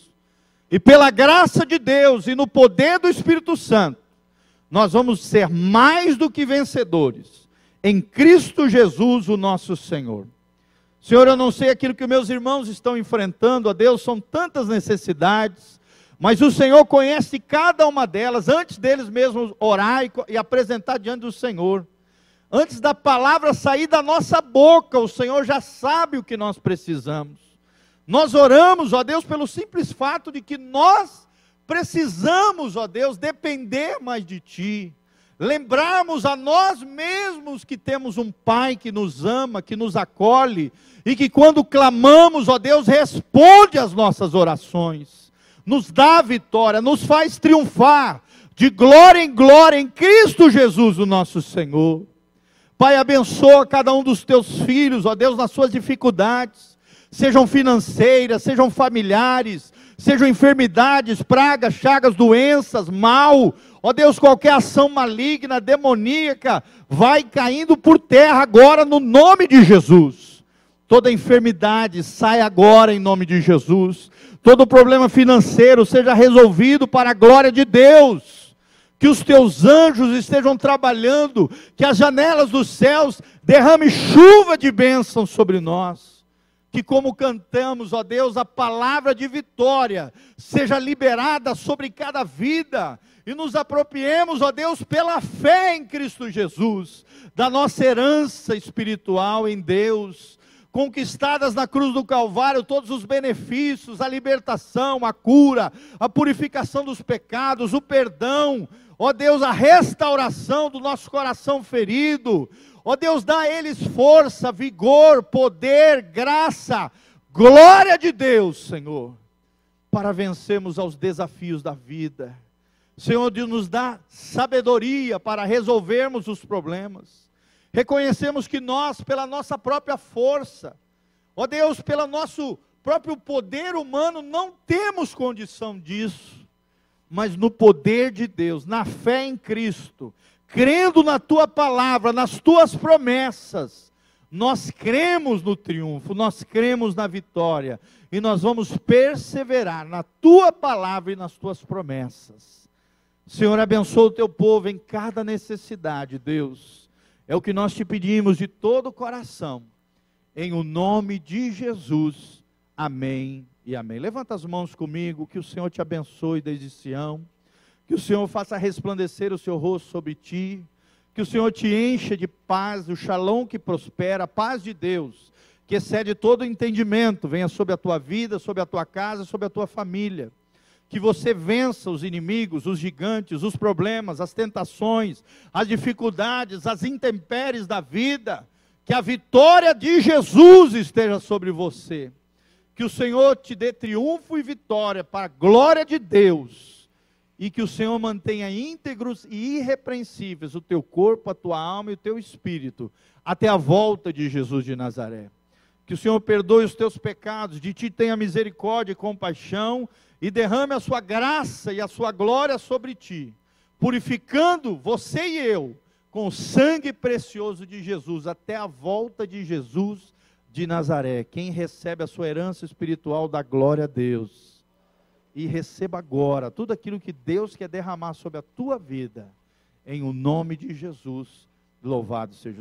E pela graça de Deus e no poder do Espírito Santo, nós vamos ser mais do que vencedores em Cristo Jesus, o nosso Senhor. Senhor, eu não sei aquilo que meus irmãos estão enfrentando, ó Deus, são tantas necessidades, mas o Senhor conhece cada uma delas, antes deles mesmos orar e apresentar diante do Senhor. Antes da palavra sair da nossa boca, o Senhor já sabe o que nós precisamos. Nós oramos, ó Deus, pelo simples fato de que nós precisamos, ó Deus, depender mais de Ti. Lembrarmos a nós mesmos que temos um Pai que nos ama, que nos acolhe, e que quando clamamos, ó Deus, responde às nossas orações, nos dá a vitória, nos faz triunfar, de glória em Cristo Jesus, o nosso Senhor. Pai, abençoa cada um dos Teus filhos, ó Deus, nas suas dificuldades, sejam financeiras, sejam familiares, sejam enfermidades, pragas, chagas, doenças, mal, ó Deus, qualquer ação maligna, demoníaca, vai caindo por terra agora no nome de Jesus. Toda enfermidade sai agora em nome de Jesus. Todo problema financeiro seja resolvido para a glória de Deus. Que os teus anjos estejam trabalhando, que as janelas dos céus derramem chuva de bênção sobre nós. Que como cantamos, ó Deus, a palavra de vitória seja liberada sobre cada vida. E nos apropriemos, ó Deus, pela fé em Cristo Jesus, da nossa herança espiritual em Deus, conquistadas na cruz do Calvário, todos os benefícios, a libertação, a cura, a purificação dos pecados, o perdão, ó Deus, a restauração do nosso coração ferido. Ó Deus, dá a eles força, vigor, poder, graça, glória de Deus, Senhor, para vencermos aos desafios da vida. Senhor, Deus, nos dá sabedoria para resolvermos os problemas. Reconhecemos que nós, pela nossa própria força, ó Deus, pelo nosso próprio poder humano, não temos condição disso. Mas no poder de Deus, na fé em Cristo, crendo na Tua palavra, nas Tuas promessas, nós cremos no triunfo, nós cremos na vitória, e nós vamos perseverar na Tua palavra e nas Tuas promessas. Senhor, abençoa o Teu povo em cada necessidade, Deus. É o que nós Te pedimos de todo o coração, em o nome de Jesus. Amém e amém. Levanta as mãos comigo, que o Senhor te abençoe desde Sião. Que o Senhor faça resplandecer o seu rosto sobre ti, que o Senhor te encha de paz, o shalom que prospera, a paz de Deus, que excede todo entendimento, venha sobre a tua vida, sobre a tua casa, sobre a tua família. Que você vença os inimigos, os gigantes, os problemas, as tentações, as dificuldades, as intempéries da vida. Que a vitória de Jesus esteja sobre você. Que o Senhor te dê triunfo e vitória para a glória de Deus. E que o Senhor mantenha íntegros e irrepreensíveis o teu corpo, a tua alma e o teu espírito, até a volta de Jesus de Nazaré. Que o Senhor perdoe os teus pecados, de ti tenha misericórdia e compaixão, e derrame a sua graça e a sua glória sobre ti, purificando você e eu, com o sangue precioso de Jesus, até a volta de Jesus de Nazaré. Quem recebe a sua herança espiritual, dá glória a Deus. E receba agora tudo aquilo que Deus quer derramar sobre a tua vida, em o nome de Jesus. Louvado seja